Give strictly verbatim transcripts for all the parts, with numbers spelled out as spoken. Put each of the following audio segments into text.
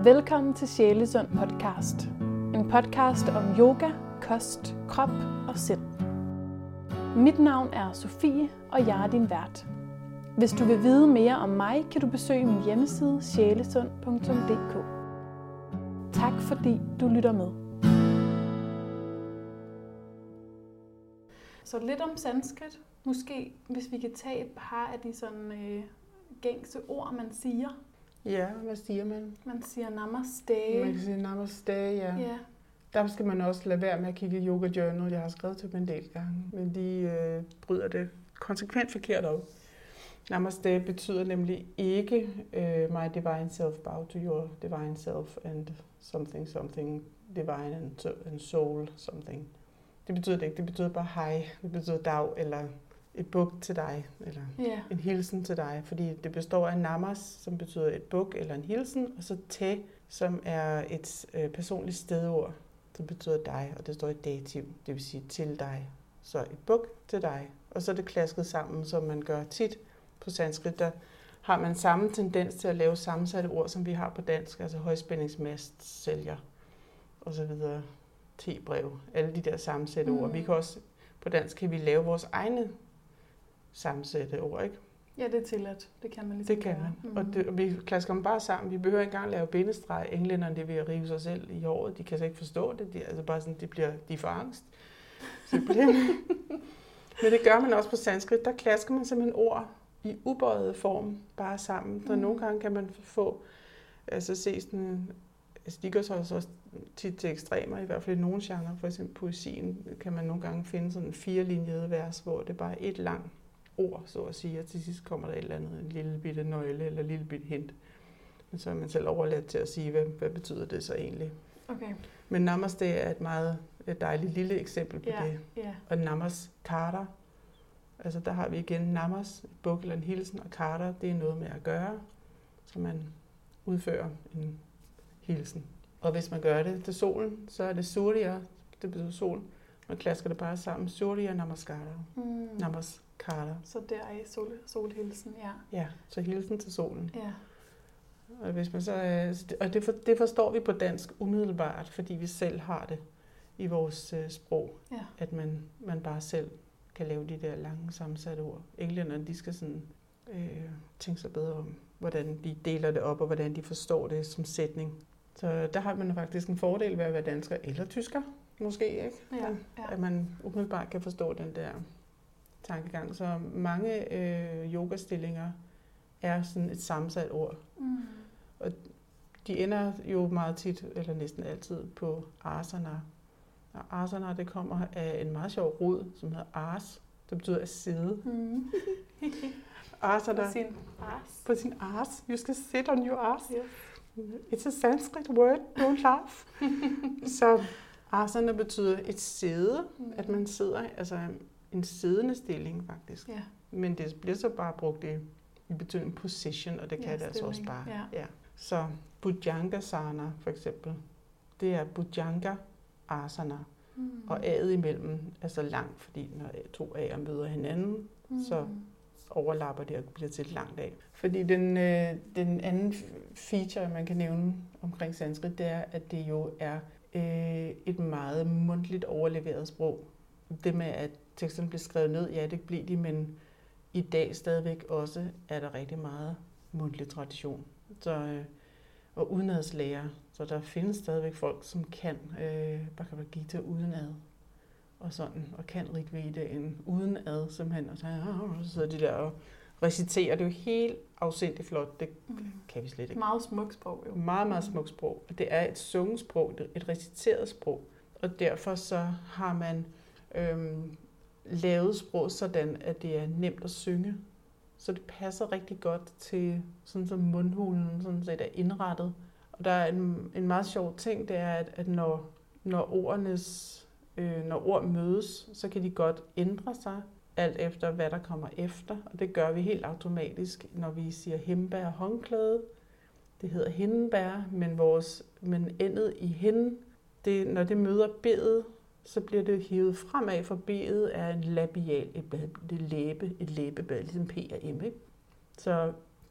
Velkommen til Sjælesund podcast. En podcast om yoga, kost, krop og sind. Mit navn er Sofie, og jeg er din vært. Hvis du vil vide mere om mig, kan du besøge min hjemmeside sjælesund punktum d k. Tak fordi du lytter med. Så lidt om sanskrit. Måske hvis vi kan tage et par af de sådan øh, gængse ord, man siger. Ja, hvad siger man? Man siger namaste. Man kan sige namaste, ja. Ja. Der skal man også lade være med at kigge i yoga journal. Jeg har skrevet til dem en del gange, men de øh, bryder det konsekvent forkert op. Namaste betyder nemlig ikke uh, my divine self bow to your divine self and something something divine and, and soul something. Det betyder det ikke. Det betyder bare hej. Det betyder dag eller et buk til dig, eller Yeah. en hilsen til dig, fordi det består af namas, som betyder et buk eller en hilsen, og så te, som er et øh, personligt stedord, som betyder dig, og det står i dativ, det vil sige til dig. Så et buk til dig, og så er det klasket sammen, som man gør tit på sanskrit. Der har man samme tendens til at lave sammensatte ord, som vi har på dansk, altså højspændingsmast, sælger, og så videre, tebrev, alle de der sammensatte mm. ord. Vi kan også, på dansk kan vi lave vores egne sammensætte ord, ikke? Ja, det er tilladt. Det kan man ligesom Det kan gøre. man. Mm. Og, det, og vi klasker dem bare sammen. Vi behøver ikke engang lave bindestreg. Englænderne, det vil at rive sig selv i håret. De kan så ikke forstå det. De, altså bare sådan, de bliver, de får angst. Simpelthen. Men det gør man også på sanskrit. Der klasker man simpelthen ord i ubøjet form bare sammen. Så mm. nogle gange kan man få, altså se sådan, altså de gør så også tit til ekstremer, i hvert fald i nogle genrer. For eksempel poesien kan man nogle gange finde sådan en firelinjede vers, hvor det bare er et langt ord, så at sige, og til sidst kommer der et eller andet, en lille bitte nøgle eller en lille bitte hint. Men så er man selv overladt til at sige, hvad, hvad betyder det så egentlig. Okay. Men namaste er et meget et dejligt lille eksempel på Ja, det. ja. Og namaskara, altså der har vi igen namas, et buk eller en hilsen, og kara, det er noget med at gøre, så man udfører en hilsen. Og hvis man gør det til solen, så er det surya, det betyder sol. Man klasker det bare sammen, surya namaskara, Mm. namaskara. Så der er sol, solhilsen, ja. Ja, så hilsen til solen. Ja. Og, hvis man så, og det, for, det forstår vi på dansk umiddelbart, fordi vi selv har det i vores uh, sprog, Ja. at man, man bare selv kan lave de der lange sammensatte ord. Englænderne, de skal sådan, øh, tænke sig bedre om, hvordan de deler det op, og hvordan de forstår det som sætning. Så der har man faktisk en fordel ved at være dansker eller tysker, måske, ikke? Ja, ja. At man umiddelbart kan forstå den der tankegang. Så mange øh, yogastillinger er sådan et sammensat ord. Mm. Og de ender jo meget tit, eller næsten altid, på asana. Og asana, det kommer af en meget sjov rod, som hedder ars. Det betyder at sidde. Mm. Asana. På sin ars. På sin ars. You skal sit on your ars. Yes. It's a Sanskrit word, don't laugh. Så asana betyder et sæde, Mm. at man sidder, altså en siddende stilling faktisk. Ja. Men det bliver så bare brugt i, i betydning position, og det kan Ja, det altså også stilling. bare. Ja. Ja. Så Bhujangasana for eksempel, det er Bhujanga asana, Mm. og A'et imellem er så langt, fordi når to A'er møder hinanden, Mm. så overlapper det og bliver til et langt A. Fordi den, øh, den anden feature, man kan nævne omkring sanskrit, det er, at det jo er øh, et meget mundtligt overleveret sprog. Det med, at teksterne bliver skrevet ned, ja, det bliver de, men i dag stadigvæk også er der rigtig meget mundtlig tradition. Så, øh, og udenadslærer, så der findes stadigvæk folk, som kan øh, Bhagavad Gita udenad. Og sådan, og kan Rigvedaen udenad, simpelthen, og så, og så sidder de der og reciterer. Det er jo helt afsindigt flot, det Mm. kan vi slet ikke. Meget smukt sprog, jo. Meget, meget smukt sprog. Og det er et sunget sprog, et reciteret sprog. Og derfor så har man øhm, lavet sprog sådan, at det er nemt at synge. Så det passer rigtig godt til sådan som mundhulen sådan set er indrettet. Og der er en, en meget sjov ting, det er, at, at når, når, ordenes, øh, når ord mødes, så kan de godt ændre sig, alt efter hvad der kommer efter. Og det gør vi helt automatisk, når vi siger hindbær og håndklæde. Det hedder hindbær, men, vores, men endet i hind, det, når det møder bedet, så bliver det hivet fremad, for bedet er en labial, et, et læbe, et læbebad, ligesom P og M, ikke? Så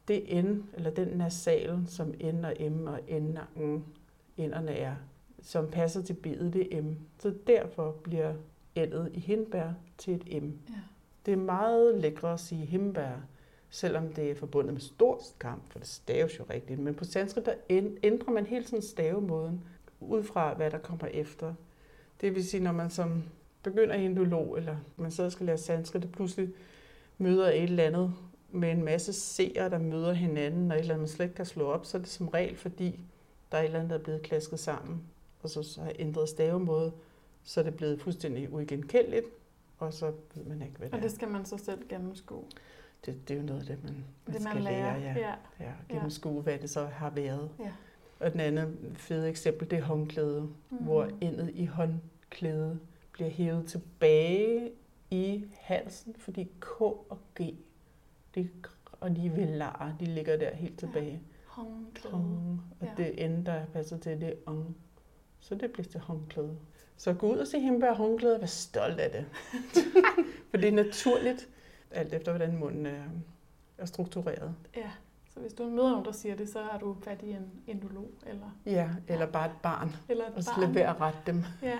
det N, eller den nasal, som N og M og N og N, enderne er, som passer til B'et, det er M. Så derfor bliver L'et i hindbær til et M. Ja. Det er meget lækkert at sige hindbær, selvom det er forbundet med stor skam, for det staves jo rigtigt. Men på sanskrit, der ændrer man hele tiden stavemåden, ud fra hvad der kommer efter. Det vil sige, når man som begynder indolog, eller man så skal lære sanskrit, og pludselig møder et eller andet med en masse seere, der møder hinanden, og et eller andet, man slet ikke kan slå op, så er det som regel, fordi der er et eller andet, der er blevet klasket sammen, og så, så har ændret stavemåde, så er det blevet fuldstændig uigenkendeligt, og så ved man ikke, hvad det er. Og det skal man så selv gennemskue. Det, det er jo noget af det, man, man det, man skal lærer. lære. Ja. Ja, gennemskue, ja. Hvad det så har været. Ja. Og den anden fede eksempel, det er håndklæde, mm. hvor endet i håndklæde bliver hævet tilbage i halsen, fordi K og G, det, og de velar, de ligger der helt tilbage. Ja. Håndklæde. Og ja. Det ende, der passer til, det er ong. Så det bliver til håndklæde. Så gå ud og se hindbær håndklæde og vær stolt af det. For det er naturligt, alt efter hvordan munden er, er struktureret. Ja, så hvis du møder nogen, der siger det, så er du fat i en endolog, eller? Ja, eller bare et barn. Eller et og så barn. lad være at rette dem. Ja.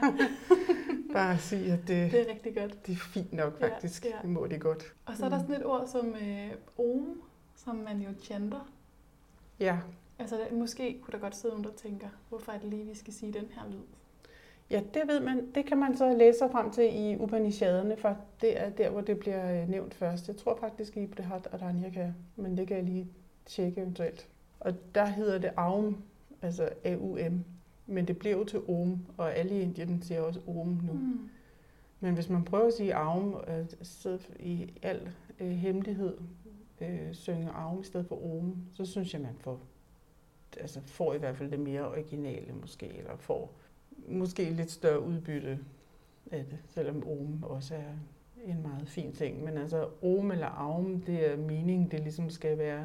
Bare sige, at det, det er rigtig godt. Det er fint nok faktisk. Ja, ja. Det må det godt. Og så er der sådan et ord som øh, om, som man jo chanter. Ja. Altså måske kunne der godt sidde nogen, der tænker, hvorfor er det lige, vi skal sige den her lyd? Ja, det ved man. Det kan man så læse sig frem til i Upanishaderne, for det er der, hvor det bliver nævnt først. Jeg tror faktisk i Brihat og Dharanyaka, men det kan jeg lige tjekke eventuelt. Og der hedder det Aum, altså A U M, men det bliver jo til Om, og alle i Indien siger også Om nu. Mm. Men hvis man prøver at sige Aum, så i al øh, hemmelighed øh, synge Aum i stedet for Om, så synes jeg, man får, altså får i hvert fald det mere originale måske, eller får måske lidt større udbytte af det, selvom Om også er en meget fin ting. Men altså Om eller Aum, det er meningen, det ligesom skal være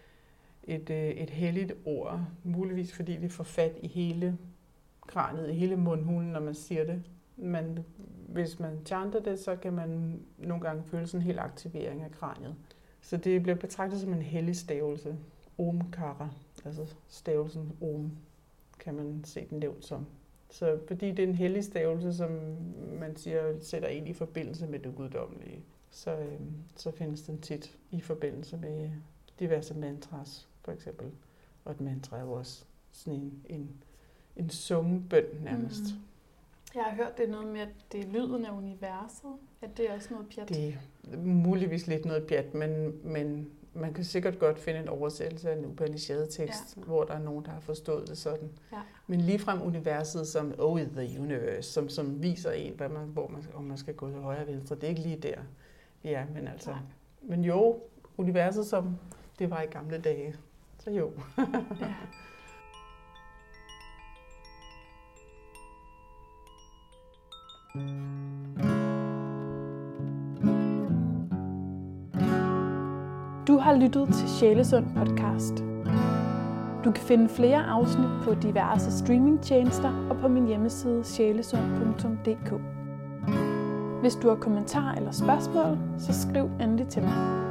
et, et helligt ord, muligvis fordi det får fat i hele kraniet, i hele mundhulen, når man siger det. Men hvis man chanter det, så kan man nogle gange føle sådan en hel aktivering af kraniet. Så det bliver betragtet som en hellig stavelse. Omkara, altså stavelsen Om, kan man se den nævnt som. Så fordi det er en hellig stavelse, som man siger, sætter ind i forbindelse med det guddommelige, så, øh, så findes den tit i forbindelse med diverse mantras, for eksempel. Og et mantra er jo også sådan en, en, en sungebøn nærmest. Mm. Jeg har hørt, det er noget med, at det er lyden af universet. At det er også noget pjat. Det er muligvis lidt noget pjat, men, men man kan sikkert godt finde en oversættelse af en Upanishad-tekst, ja. Hvor der er nogen, der har forstået det sådan. Ja. Men ligefrem universet som Oh, the universe, som, som viser en, hvad man, hvor man, om man skal gå til højre og venstre. Det er ikke lige der, vi er, men altså. Nej. Men jo, universet som det var i gamle dage. Så jo. Ja. Du har lyttet til Sjælesund podcast. Du kan finde flere afsnit på diverse streamingtjenester og på min hjemmeside sjælesund punktum d k. Hvis du har kommentarer eller spørgsmål, så skriv endelig til mig.